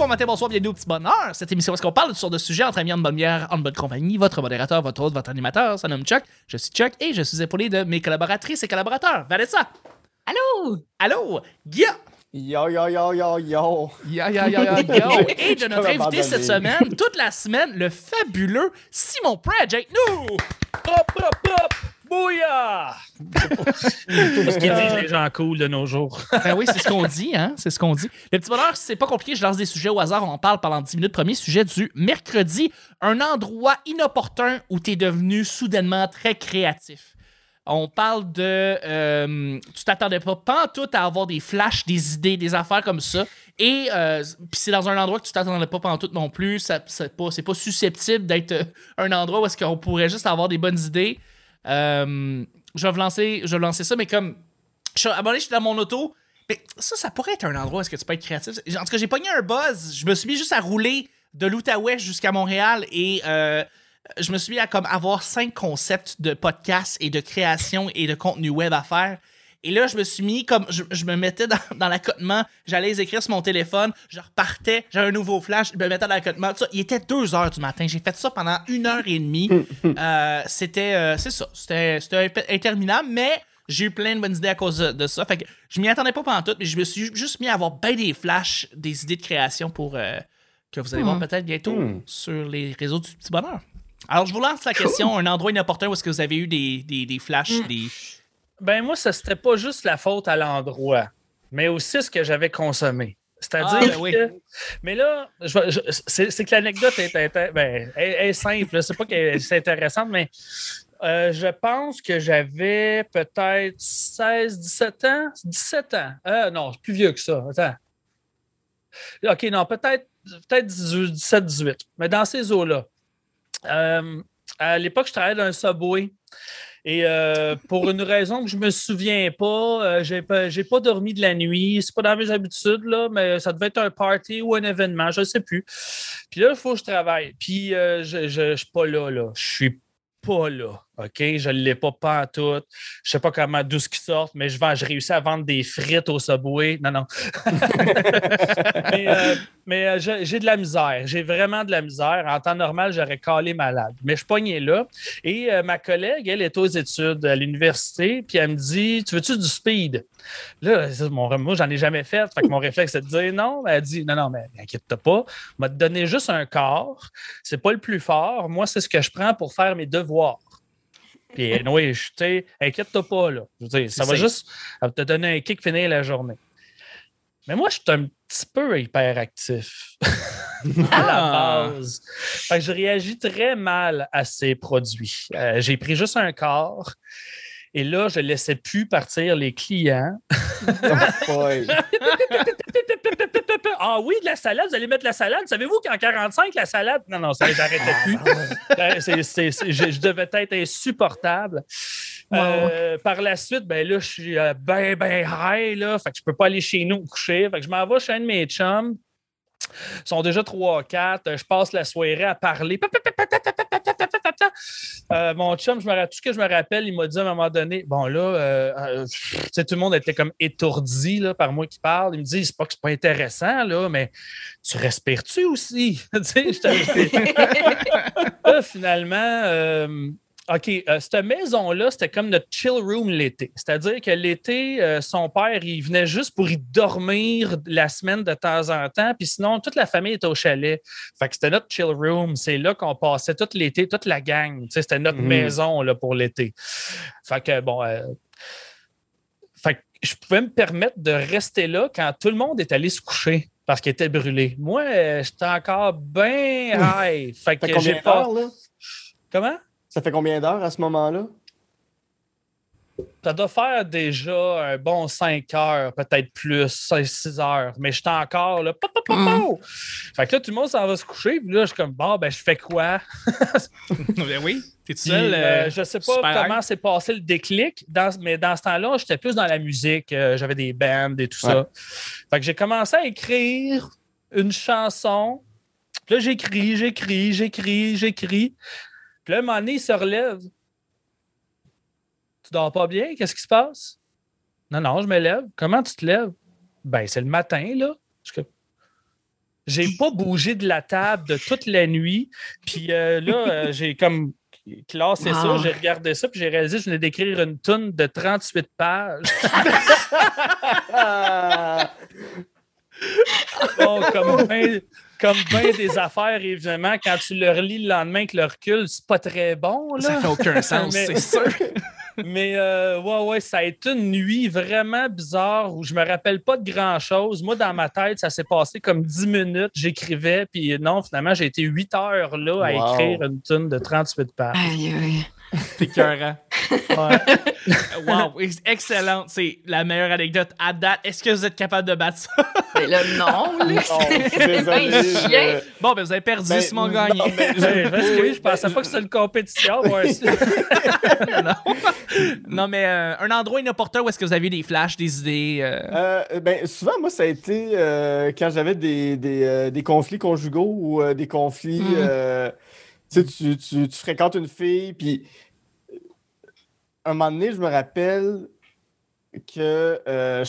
bon matin, bonsoir, bienvenue au Petit Bonheur. Cette émission où est-ce qu'on parle de toutes sortes de sujets entre amis, en bonne bière, en bonne compagnie. Votre modérateur, votre hôte, votre animateur, ça nomme Chuck. Je suis Chuck et je suis épaulé de mes collaboratrices et collaborateurs. Vanessa. Allô? Allô? Guilla. Yo. Yo. Et de notre invité cette semaine, toute la semaine, le fabuleux Simon Pradge avec nous. Hop! Bouya! C'est ce qu'ils disent les gens cool de nos jours. Ben oui, c'est ce qu'on dit, hein? C'est ce qu'on dit. Le Petit Bonheur, c'est pas compliqué, je lance des sujets au hasard, on en parle pendant 10 minutes. Premier sujet du mercredi, un endroit inopportun où t'es devenu soudainement très créatif. On parle de... tu t'attendais pas pantoute à avoir des flashs, des idées, des affaires comme ça. Et puis c'est dans un endroit que tu t'attendais pas pantoute non plus. C'est pas susceptible d'être un endroit où est-ce qu'on pourrait juste avoir des bonnes idées. Je vais lancer ça, mais comme... À un moment donné, je suis dans mon auto. Mais ça pourrait être un endroit où est-ce que tu peux être créatif. En tout cas, j'ai pogné un buzz. Je me suis mis juste à rouler de l'Outaouais jusqu'à Montréal et... je me suis mis à comme avoir 5 concepts de podcasts et de création et de contenu web à faire. Et là, je me suis mis comme... Je me mettais dans l'accotement, j'allais les écrire sur mon téléphone, je repartais, j'avais un nouveau flash, je me mettais dans l'accotement. Il était 2h du matin. J'ai fait ça pendant 1h30. C'était interminable, mais j'ai eu plein de bonnes idées à cause de ça. Fait que je m'y attendais pas pantoute, mais je me suis juste mis à avoir bien des flashs, des idées de création pour... que vous allez voir peut-être bientôt sur les réseaux du Petit Bonheur. Alors, je vous lance la question, un endroit inopportun où est-ce que vous avez eu des flashs, des... Ben moi, ça c'était pas juste la faute à l'endroit, mais aussi ce que j'avais consommé. C'est-à-dire que... Mais là, c'est que l'anecdote est simple. C'est pas que c'est intéressante, mais je pense que j'avais peut-être 16, 17 ans. 17 ans. Non, c'est plus vieux que ça. Attends. OK, non, peut-être 17, 18. Mais dans ces eaux-là. À l'époque, je travaillais dans un Subway. Et pour une raison que je me souviens pas, j'ai pas dormi de la nuit. C'est pas dans mes habitudes, là, mais ça devait être un party ou un événement, je ne sais plus. Puis là, il faut que je travaille. Puis je suis pas là. Je suis pas là. OK? Je ne l'ai pas pantoute. Je sais pas d'où ce qui sort, mais je réussis à vendre des frites au Subway. Non. mais j'ai de la misère. J'ai vraiment de la misère. En temps normal, j'aurais calé malade. Mais je pognais là. Et ma collègue, elle est aux études à l'université, puis elle me dit, tu veux-tu du speed? Là, moi, j'en ai jamais fait. Fait que mon réflexe, c'est de dire non. Elle dit, non, mais inquiète-toi pas. On va te donner juste un quart. C'est pas le plus fort. Moi, c'est ce que je prends pour faire mes devoirs. Puis, oui, tu sais, inquiète-toi pas, là. Je veux dire, ça va juste te donner un kick, finir la journée. Mais moi, je suis un petit peu hyperactif à la base. Fait que je réagis très mal à ces produits. J'ai pris juste un quart. Et là, je ne laissais plus partir les clients. Ah oui, de la salade, vous allez mettre de la salade. Savez-vous qu'en 45, la salade... Non, ça j'arrêtais plus. Je devais être insupportable. Par la suite, ben là, je suis ben high, là. Fait que je peux pas aller chez nous me coucher. Fait que je m'en vais chez un de mes chums. Ils sont déjà 3-4. Je passe la soirée à parler. Mon chum, tout ce que je me rappelle, il m'a dit à un moment donné, bon là, tout le monde était comme étourdi là, par moi qui parle. Il me dit, c'est pas que c'est pas intéressant, là, mais tu respires-tu aussi? Là, finalement... OK, cette maison-là, c'était comme notre chill room l'été. C'est-à-dire que l'été, son père, il venait juste pour y dormir la semaine de temps en temps, puis sinon, toute la famille était au chalet. Fait que c'était notre chill room. C'est là qu'on passait tout l'été, toute la gang. Tu sais, c'était notre maison là, pour l'été. Fait que, bon... fait que je pouvais me permettre de rester là quand tout le monde est allé se coucher parce qu'il était brûlé. Moi, j'étais encore bien high. Fait que j'ai pas... Là? Comment? Ça fait combien d'heures à ce moment-là? Ça doit faire déjà un bon 5 heures, peut-être plus, 6 heures. Mais j'étais encore là. Fait que là, tout le monde s'en va se coucher. Puis là, je suis comme, bon, ben, je fais quoi? Ben oui, t'es tout seul. Je sais pas comment s'est passé le déclic, mais dans ce temps-là, j'étais plus dans la musique. J'avais des bands et tout ça. Fait que j'ai commencé à écrire une chanson. Puis là, j'écris. Puis là, un moment donné, il se relève. Tu dors pas bien? Qu'est-ce qui se passe? Non, je me lève. Comment tu te lèves? Ben, c'est le matin, là. j'ai pas bougé de la table de toute la nuit. Puis là, j'ai comme classé ça, j'ai regardé ça, puis j'ai réalisé que je venais d'écrire une toune de 38 pages. Bon, comme bien des affaires, évidemment, quand tu le relis le lendemain avec le recul, c'est pas très bon. Là. Ça fait aucun sens, c'est sûr. Mais ouais, ça a été une nuit vraiment bizarre où je me rappelle pas de grand-chose. Moi, dans ma tête, ça s'est passé comme 10 minutes. J'écrivais, puis non, finalement, j'ai été 8 heures là à écrire une tune de 38 pages. Aïe, aïe. C'est écœurant. Ouais. Wow, excellent. C'est la meilleure anecdote à date. Est-ce que vous êtes capable de battre ça? Mais là, non. Là, Désolé. chien. Bon, ben vous avez perdu, Simon gagné. Je pensais pas que c'était une compétition. Ouais. Non, mais un endroit inopportun où est-ce que vous aviez des flashs, des idées? Souvent, moi, ça a été quand j'avais des conflits conjugaux ou des conflits. Tu sais, tu fréquentes une fille, puis un moment donné, je me rappelle que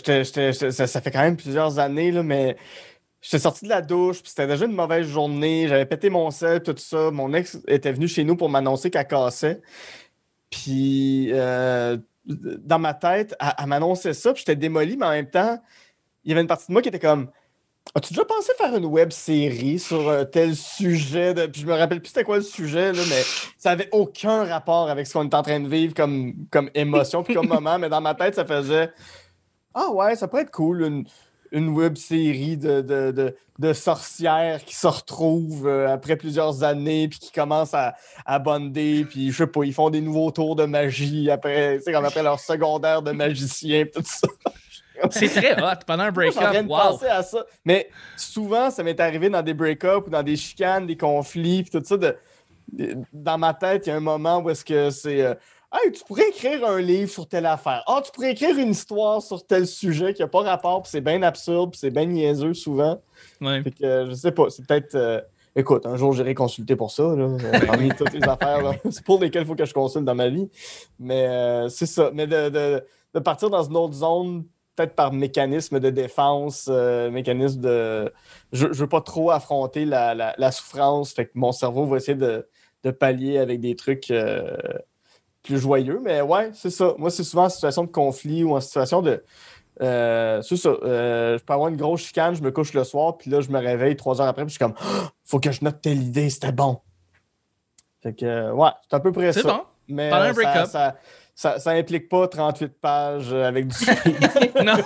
ça fait quand même plusieurs années, là, mais j'étais sorti de la douche, puis c'était déjà une mauvaise journée. J'avais pété mon sel, tout ça. Mon ex était venu chez nous pour m'annoncer qu'elle cassait. Puis, dans ma tête, elle m'annonçait ça, puis j'étais démoli, mais en même temps, il y avait une partie de moi qui était comme as-tu déjà pensé faire une web série sur tel sujet? Puis je me rappelle plus c'était quoi le sujet, là, mais ça avait aucun rapport avec ce qu'on était en train de vivre comme émotion puis comme moment, mais dans ma tête, ça faisait ah ouais, ça pourrait être cool, une web série de sorcières qui se retrouvent après plusieurs années puis qui commencent à bonder, puis je sais pas, ils font des nouveaux tours de magie après, tu sais, comme après leur secondaire de magicien, tout ça. C'est très hot pendant un break-up. Je suis en train de penser à ça. Mais souvent, ça m'est arrivé dans des break-up ou dans des chicanes, des conflits, puis tout ça. Dans ma tête, il y a un moment où est-ce que c'est hey, tu pourrais écrire un livre sur telle affaire. Ah, tu pourrais écrire une histoire sur tel sujet qui n'a pas rapport, puis c'est bien absurde, puis c'est bien niaiseux souvent. Ouais. Fait que je sais pas, c'est peut-être. Écoute, un jour, j'irai consulter pour ça. Là, parmi toutes les affaires, là, c'est pour lesquelles il faut que je consulte dans ma vie. Mais c'est ça. Mais de partir dans une autre zone, peut-être par mécanisme de défense, mécanisme de... Je veux pas trop affronter la souffrance, fait que mon cerveau va essayer de pallier avec des trucs plus joyeux. Mais ouais, c'est ça. Moi, c'est souvent en situation de conflit ou en situation de... c'est ça. Je peux avoir une grosse chicane, je me couche le soir, puis là, je me réveille 3 heures après, puis je suis comme faut que je note telle idée, c'était bon. Fait que, ouais, c'est à peu près ça. C'est bon. Mais pendant un break-up. Ça implique pas 38 pages avec du Non.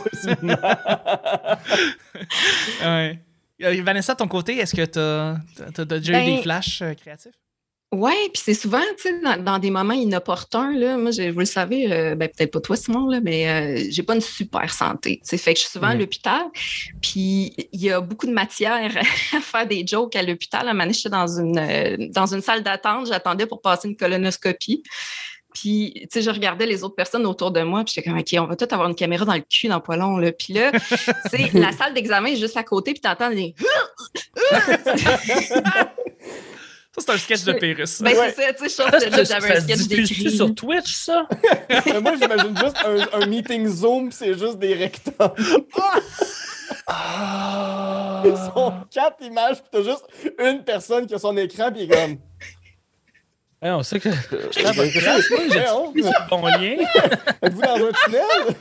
Ouais. Vanessa, de ton côté, est-ce que tu as déjà eu des flashs créatifs? Oui, puis c'est souvent, tu sais, dans des moments inopportuns, là, moi, vous le savez, peut-être pas toi, Simon, là, mais j'ai pas une super santé, tu sais, fait que je suis souvent à l'hôpital, puis il y a beaucoup de matière à faire des jokes à l'hôpital. À un moment donné, j'étais dans une salle d'attente, j'attendais pour passer une colonoscopie. Puis, tu sais, je regardais les autres personnes autour de moi, puis j'étais comme, OK, on va tous avoir une caméra dans le cul dans pas long, là. Puis là, tu sais, la salle d'examen est juste à côté, puis t'entends des... Ça, c'est un sketch de Pérus. Ben, c'est ça, tu sais, je pense que j'avais un sketch d'écrit. Sur Twitch, ça? Moi, j'imagine juste un meeting Zoom, puis c'est juste des rectangles. Ils sont 4 images, puis t'as juste une personne qui a son écran, puis il est comme... Ouais, on sait que j'ai un bon lien. Êtes-vous dans un tunnel?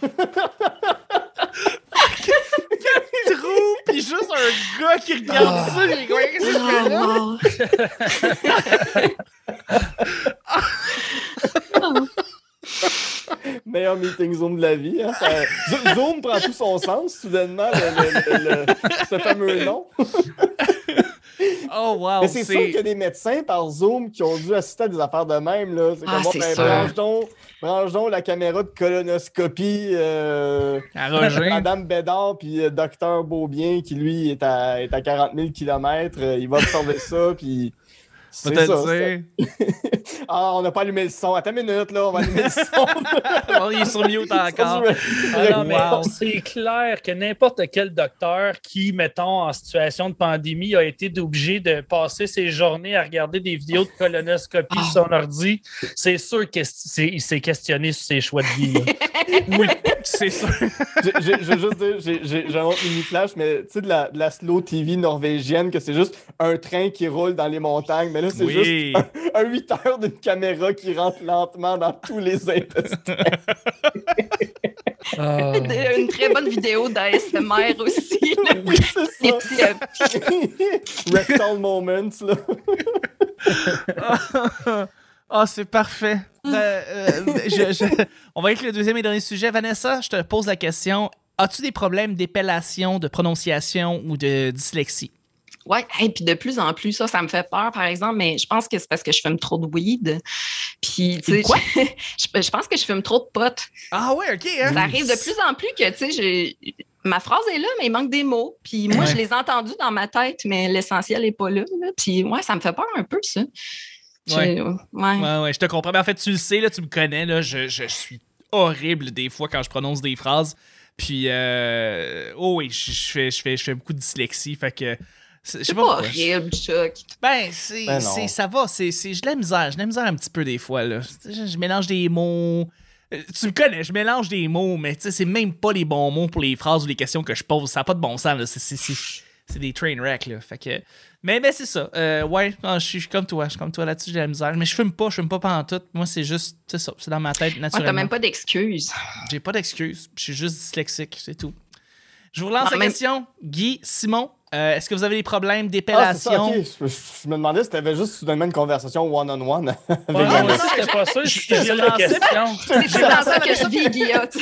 Quel trou! Puis juste un gars qui regarde ça, mais qu'est-ce que je fais là? Meilleur meeting Zoom de la vie. Hein? Zoom prend tout son sens, soudainement, ce fameux nom. Oh, wow! Mais c'est sûr qu'il y a des médecins par Zoom qui ont dû assister à des affaires de même. Là. C'est comme, branche donc la caméra de colonoscopie Madame Bédard puis Docteur Beaubien qui, lui, est à 40 000 km. Il va observer ça, puis... C'est ça. Ah, on n'a pas allumé le son. Attends une minute, là, on va allumer le son. Il est sur mute encore. Non, mais c'est clair que n'importe quel docteur qui, mettons, en situation de pandémie, a été obligé de passer ses journées à regarder des vidéos de colonoscopie sur son ordi, c'est sûr qu'il s'est questionné sur ses choix de vie. Oui, C'est sûr. Je veux juste dire, j'ai un autre mini-flash, mais tu sais, de la slow TV norvégienne, que c'est juste un train qui roule dans les montagnes, mais là, c'est juste un 8 heures d'une caméra qui rentre lentement dans tous les intestins. Une très bonne vidéo d'ASMR aussi. Oui, c'est ça. Rectal moments, là. Ah, c'est parfait. On va avec le deuxième et dernier sujet. Vanessa, je te pose la question. As-tu des problèmes d'épellation, de prononciation ou de dyslexie? Oui, et puis de plus en plus, ça me fait peur, par exemple, mais je pense que c'est parce que je fume trop de weed. Puis, tu sais, quoi? Je pense que je fume trop de pot. Ah ouais, OK. Hein? Ça arrive de plus en plus que, tu sais, ma phrase est là, mais il manque des mots. Puis moi, je les ai entendus dans ma tête, mais l'essentiel n'est pas là. Puis, ouais, ça me fait peur un peu, ça. Ouais, je te comprends. Mais en fait, tu le sais, là, tu me connais, là, je suis horrible des fois quand je prononce des phrases. Puis, oh oui, je fais beaucoup de dyslexie. Fait que. C'est pas horrible, Chuck. Ça va. J'ai de la misère. J'ai de la misère un petit peu des fois, là. Je mélange des mots. Tu me connais, je mélange des mots, mais tu sais, c'est même pas les bons mots pour les phrases ou les questions que je pose. Ça n'a pas de bon sens, là. C'est des train wrecks, là. Fait que. Mais c'est ça. Ouais, je suis comme toi. Je suis comme toi là-dessus, j'ai de la misère. Mais je fume pas pantoute. Moi, c'est juste. C'est ça. C'est dans ma tête naturellement. T'as même pas d'excuses. J'ai pas d'excuses. Je suis juste dyslexique, c'est tout. Je vous relance la question. Guy, Simon, est-ce que vous avez des problèmes d'épellation? Ah, c'est ça, OK. Je me demandais si tu avais juste soudainement une conversation one-on-one. Moi aussi, c'était pas ça. Je te la question. C'est dans ça que je vis, Guillaume.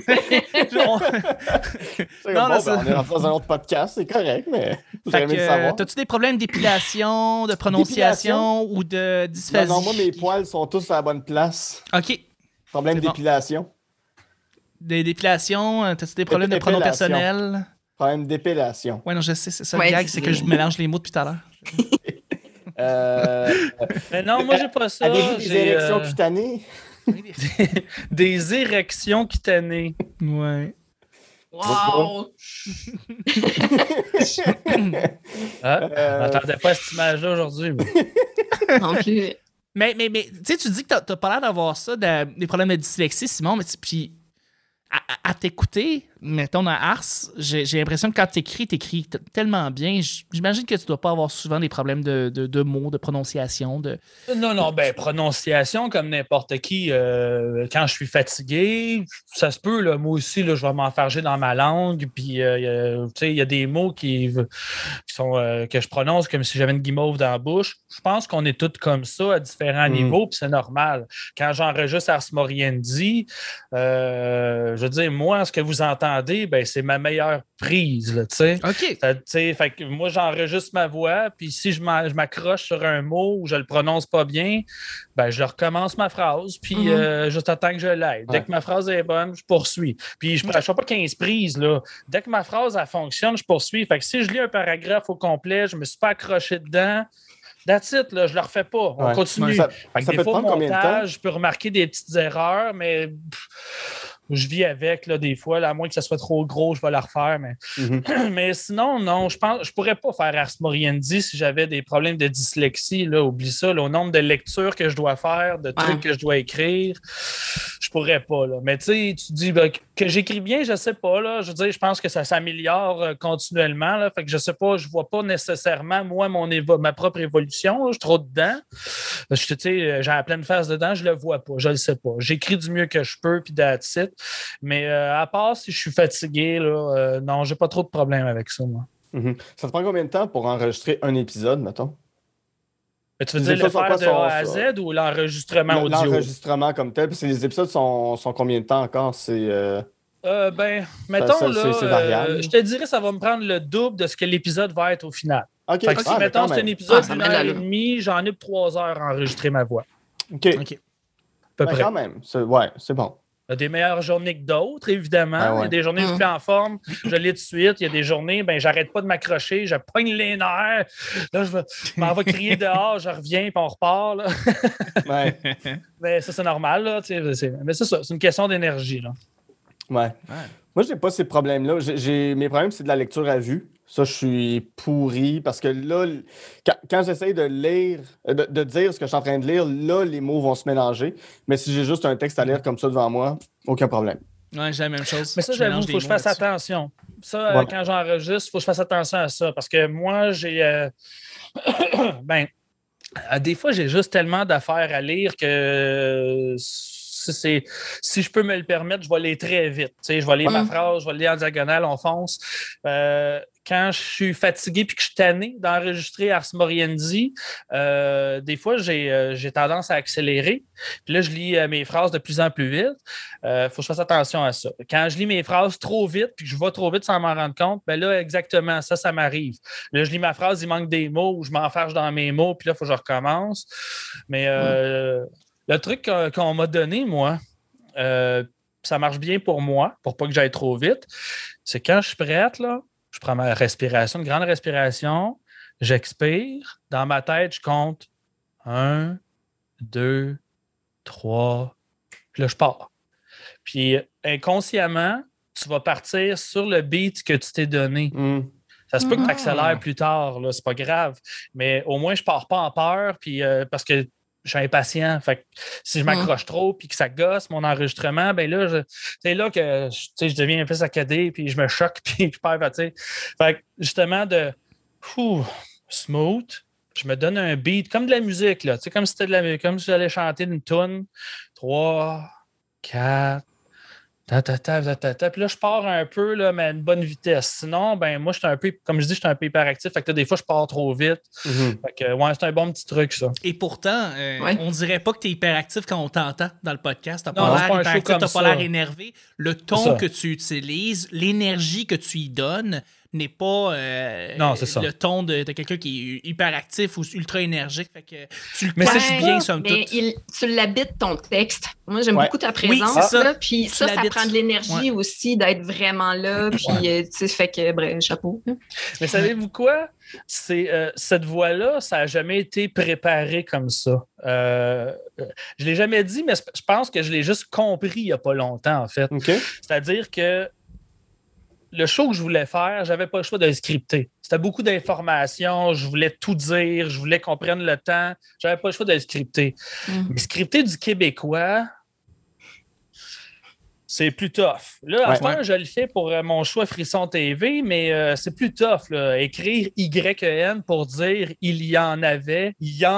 On est dans un autre podcast, c'est correct, mais j'aurais aimé le savoir. T'as-tu des problèmes d'épilation, de prononciation ou de dysphasie? Non, moi, mes poils sont tous à la bonne place. OK. Problème d'épilation. D'épilation, t'as-tu des problèmes de pronom personnel? Problème d'épilation. Ouais, non, je sais, c'est ça le gag, c'est que je mélange les mots depuis tout à l'heure. Mais non, moi, j'ai pas ça. Avez-vous des érections cutanées? Des érections cutanées. Ouais. Wow! Je m'attendais pas à cette image-là aujourd'hui. Non plus. Mais tu sais, tu dis que t'as pas l'air d'avoir ça, des problèmes de dyslexie, Simon, mais puis à t'écouter, mettons dans Ars, j'ai l'impression que quand t'écris tellement bien. J'imagine que tu dois pas avoir souvent des problèmes de mots, de prononciation. Non, prononciation comme n'importe qui. Quand je suis fatigué, ça se peut, là, moi aussi, là, je vais m'enfarger dans ma langue. Puis, il y a des mots qui sont que je prononce comme si j'avais une guimauve dans la bouche. Je pense qu'on est tous comme ça à différents niveaux, puis c'est normal. Quand j'enregistre Ars Moriendi, je veux dire, moi, ce que vous entendez, ben, c'est ma meilleure prise, tu sais. OK. Fait que moi, j'enregistre ma voix, puis si je m'accroche sur un mot ou je le prononce pas bien, ben, je recommence ma phrase, puis juste attends que je l'aide. Dès que ma phrase est bonne, je poursuis. Puis je ne fais pas 15 prises, là. Dès que ma phrase, elle fonctionne, je poursuis. Fait que si je lis un paragraphe au complet, je me suis pas accroché dedans, that's it, là, je le refais pas. On continue. Ça des fois, au montage, je peux remarquer des petites erreurs, mais je vis avec, là, des fois. Là, à moins que ça soit trop gros, je vais la refaire. Mais sinon, non, je pourrais pas faire Ars Moriendi si j'avais des problèmes de dyslexie. Là, oublie ça. Là, au nombre de lectures que je dois faire, de trucs que je dois écrire, je pourrais pas. Là. Mais tu sais, tu dis que j'écris bien, je sais pas. Là. Je veux dire, je pense que ça s'améliore continuellement. Là. Fait que je sais pas, je vois pas nécessairement, moi, ma propre évolution. Là. Je suis trop dedans. J'ai la pleine face dedans, je le vois pas. Je le sais pas. J'écris du mieux que je peux, puis that's it. Mais à part si je suis fatigué, là, non, j'ai pas trop de problème avec ça, moi. Ça te prend combien de temps pour enregistrer un épisode, mettons? Mais tu veux dire le faire de A à Z ou l'enregistrement audio? L'enregistrement comme tel. Puis les épisodes sont combien de temps encore? Mettons, c'est variable. je te dirais ça va me prendre le double de ce que l'épisode va être au final. OK. Fait que si, mettons, c'est un épisode d'une heure et demie, j'en ai pour 3 heures à enregistrer ma voix. OK. À peu près. Quand même, c'est bon. Il y a des meilleures journées que d'autres, évidemment. Il y a des journées où je suis en forme, je lis tout de suite. Il y a des journées, j'arrête pas de m'accrocher, je pogne les nerfs. Là, je m'en vais crier dehors, je reviens, puis on repart. Là. Mais ça, c'est normal. Là, mais c'est ça, c'est une question d'énergie. Là. Ouais. Moi, j'ai pas ces problèmes-là. Mes problèmes, c'est de la lecture à vue. Ça, je suis pourri parce que là, quand j'essaye de lire, de dire ce que je suis en train de lire, là, les mots vont se mélanger. Mais si j'ai juste un texte à lire comme ça devant moi, aucun problème. Ouais, j'ai la même chose. Mais ça, j'avoue, il faut que je fasse attention. Ça, quand j'enregistre, il faut que je fasse attention à ça. Parce que moi, j'ai... des fois, j'ai juste tellement d'affaires à lire que si je peux me le permettre, je vais aller très vite. Tu sais, je vais lire ma phrase, je vais lire en diagonale, on fonce. Quand je suis fatigué et que je suis tanné d'enregistrer Ars Moriendi, des fois, j'ai tendance à accélérer. Puis là, je lis mes phrases de plus en plus vite. Faut que je fasse attention à ça. Quand je lis mes phrases trop vite puis que je vais trop vite sans m'en rendre compte, ben là, exactement, ça m'arrive. Là, je lis ma phrase, il manque des mots ou je m'enfarge dans mes mots puis là, il faut que je recommence. Mais le truc qu'on m'a donné, moi, ça marche bien pour moi, pour pas que j'aille trop vite, c'est quand je suis prête, là, je prends ma respiration, une grande respiration, j'expire. Dans ma tête, je compte 1, 2, 3, puis là, je pars. Puis inconsciemment, tu vas partir sur le beat que tu t'es donné. Ça se peut que tu accélères plus tard, là, c'est pas grave. Mais au moins, je pars pas en peur, puis parce que je suis impatient. Fait que si je m'accroche trop puis que ça gosse mon enregistrement, ben là, c'est là que je deviens un peu saccadé puis je me choque puis je perds. Fait que justement, smooth, je me donne un beat comme de la musique, là, comme si c'était comme si j'allais chanter une tune. 3, 4. Puis là, je pars un peu, là, mais à une bonne vitesse. Sinon, ben moi, comme je dis, je suis un peu hyperactif. Fait que des fois, je pars trop vite. Fait que, c'est un bon petit truc, ça. Et pourtant, on dirait pas que tu es hyperactif quand on t'entend dans le podcast. T'as pas l'air hyperactif, t'as pas l'air énervé. Le ton que tu utilises, l'énergie que tu y donnes n'est pas le ton de quelqu'un qui est hyperactif ou ultra énergique. Fait que tu le caches bien, somme toute. Tu l'habites, ton texte. Moi, j'aime beaucoup ta présence. Puis ça prend de l'énergie aussi d'être vraiment là. Puis, fait que, bref, chapeau. Mais savez-vous quoi? Cette voix-là, ça n'a jamais été préparé comme ça. Je ne l'ai jamais dit, mais je pense que je l'ai juste compris il n'y a pas longtemps, en fait. Okay. C'est-à-dire que le show que je voulais faire, j'avais pas le choix de le scripter. C'était beaucoup d'informations, je voulais tout dire, je voulais qu'on prenne le temps. J'avais pas le choix de le scripter. Mais scripter du québécois, c'est plus tough. Là, à ce moment, je le fais pour mon choix Frisson TV, mais c'est plus tough. Là. Écrire YEN pour dire il y en avait.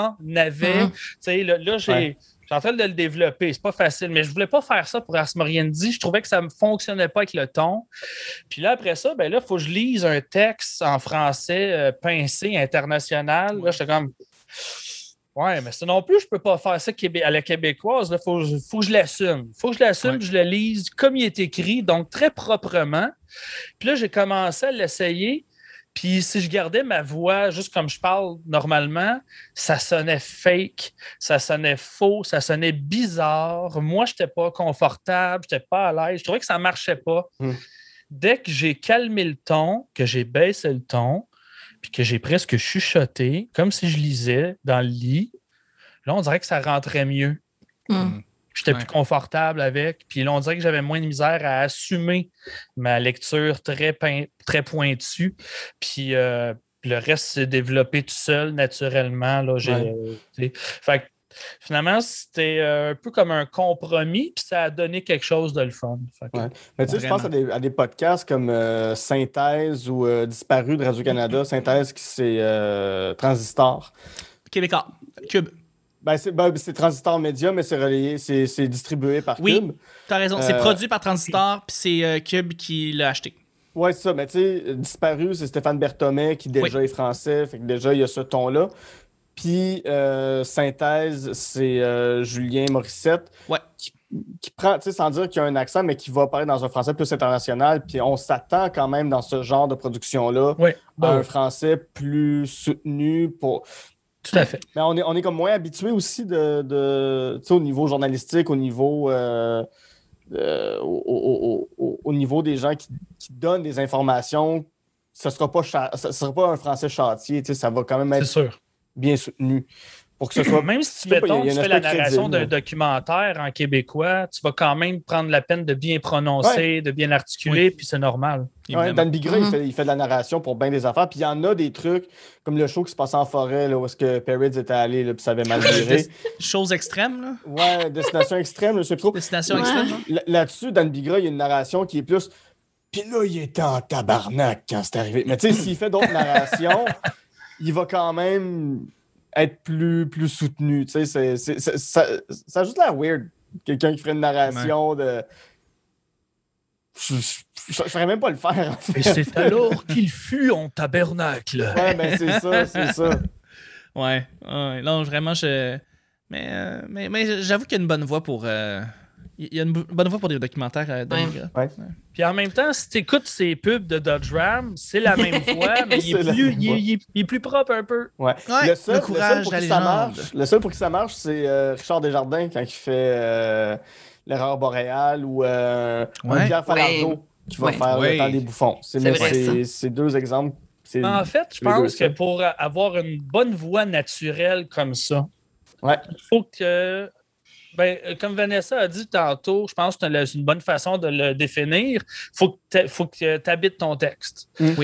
Là, j'ai... Je suis en train de le développer, c'est pas facile, mais je voulais pas faire ça pour Ars Moriendi. Je trouvais que ça ne fonctionnait pas avec le ton. Puis là, après ça, ben là, il faut que je lise un texte en français pincé, international. Là, j'étais comme... Ouais, mais ça non plus, je peux pas faire ça à la québécoise. Il faut que je l'assume. Il faut que je l'assume, que je le lise comme il est écrit, donc très proprement. Puis là, j'ai commencé à l'essayer. Puis si je gardais ma voix juste comme je parle normalement, ça sonnait fake, ça sonnait faux, ça sonnait bizarre. Moi, je n'étais pas confortable, je n'étais pas à l'aise. Je trouvais que ça ne marchait pas. Dès que j'ai calmé le ton, que j'ai baissé le ton, puis que j'ai presque chuchoté, comme si je lisais dans le lit, là, on dirait que ça rentrait mieux. J'étais plus confortable avec. Puis là, on dirait que j'avais moins de misère à assumer ma lecture très pointue. Puis le reste s'est développé tout seul, naturellement. Là, fait que, finalement, c'était un peu comme un compromis, puis ça a donné quelque chose de le fun. Mais tu sais, je pense à des podcasts comme Synthèse ou Disparu de Radio-Canada. Synthèse, c'est Transistor. Québécois. Cube. C'est Transistor Média, mais c'est relayé, c'est distribué par Cube. Oui, t'as raison. C'est produit par Transistor, puis c'est Cube qui l'a acheté. Oui, c'est ça. Mais tu sais, Disparu, c'est Stéphane Berthommet qui déjà est français. Fait que déjà, il y a ce ton-là. Puis Synthèse, c'est Julien Morissette. Qui prend, tu sais, sans dire qu'il y a un accent, mais qui va parler dans un français plus international. Puis on s'attend quand même dans ce genre de production-là à un français plus soutenu pour... Tout à fait. Mais on est comme moins habitué aussi au niveau journalistique, au niveau au niveau des gens qui donnent des informations. Ce sera pas un français châtié, ça va quand même être bien soutenu. pour que ce soit... Même si tu fais la narration d'un documentaire en québécois, tu vas quand même prendre la peine de bien prononcer, de bien articuler, puis c'est normal. Ouais, Dan Bigra, il fait de la narration pour bien des affaires. Puis il y en a des trucs, comme le show qui se passe en forêt, là, où est-ce que Perrids était allé, là, puis ça avait mal viré. Choses extrêmes, là? Ouais, Destination Extrême, je sais pas trop. Destination Extrême, hein? Là-dessus, Dan Bigra, il y a une narration qui est plus... Puis là, il était en tabarnak quand c'est arrivé. Mais tu sais, s'il fait d'autres narrations, il va quand même être plus soutenu. Tu sais, ça a juste l'air weird. Quelqu'un qui ferait une narration de... Je ne ferais même pas le faire, en fait. Et c'est alors qu'il fut en tabernacle. Ouais, ben c'est ça. Ouais. Non, vraiment, mais j'avoue qu'il y a une bonne voix pour... Il y a une bonne voix pour des documentaires ouais. Puis en même temps, si tu écoutes ces pubs de Dodge Ram, c'est la même voix, mais il est plus propre un peu. Ouais. Le seul pour qui ça marche, c'est Richard Desjardins quand il fait l'Erreur boréale ou Pierre Falardeau qui va faire le temps des bouffons. C'est deux exemples. En fait, je pense que pour avoir une bonne voix naturelle comme ça, il faut que... comme Vanessa a dit tantôt, je pense que c'est une bonne façon de le définir. Faut que tu habites ton texte. Oui.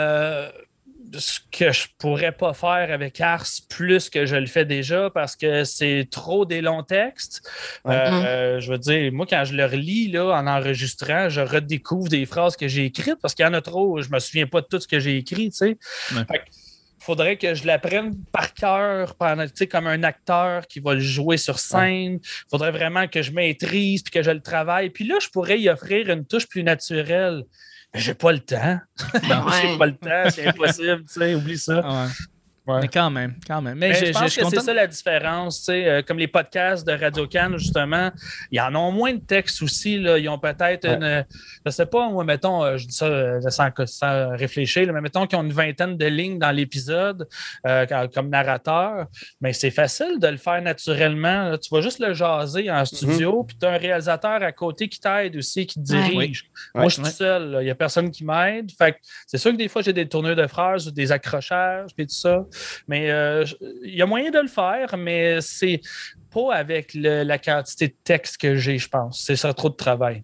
Ce que je pourrais pas faire avec Ars plus que je le fais déjà parce que c'est trop des longs textes. Je veux dire, moi, quand je le relis là, en enregistrant, je redécouvre des phrases que j'ai écrites parce qu'il y en a trop. Je me souviens pas de tout ce que j'ai écrit. Tu sais. Faudrait que je l'apprenne par cœur, comme un acteur qui va le jouer sur scène. Faudrait vraiment que je maîtrise puis que je le travaille. Puis là, je pourrais y offrir une touche plus naturelle. Mais j'ai pas le temps. Non, j'ai pas le temps, c'est impossible, oublie ça. Ouais. Mais quand même. Mais je pense que c'est ça la différence. Comme les podcasts de Radio-Can, justement, ils en ont moins de textes aussi. Là. Ils ont peut-être une... Je sais pas, moi, mettons, je dis ça sans réfléchir, là, mais mettons qu'ils ont une vingtaine de lignes dans l'épisode comme narrateur. Mais c'est facile de le faire naturellement. Là. Tu vas juste le jaser en studio, puis tu as un réalisateur à côté qui t'aide aussi, qui te dirige. Moi, je suis tout seul. Il n'y a personne qui m'aide. Fait que c'est sûr que des fois, j'ai des tournures de phrases ou des accrochages, puis tout ça. Mais il y a moyen de le faire, mais c'est pas avec la quantité de texte que j'ai, je pense. C'est ça, trop de travail.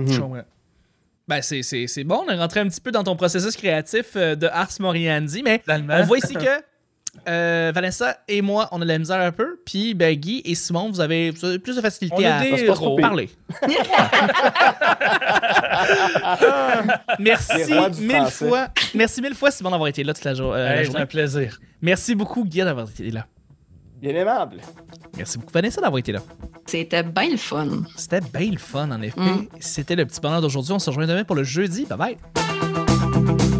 Ben, c'est bon, on est rentré un petit peu dans ton processus créatif de Ars Moriendi, mais on voit ici que Vanessa et moi, on a de la misère un peu, puis Guy et Simon, vous avez plus de facilité à parler. Merci mille fois, Simon, d'avoir été là toute la journée. C'est un plaisir. Merci beaucoup, Guy, d'avoir été là. Bien aimable. Merci beaucoup, Vanessa, d'avoir été là. C'était bien le fun. C'était bien le fun, en effet. C'était le petit bonheur d'aujourd'hui. On se rejoint demain pour le jeudi. Bye bye.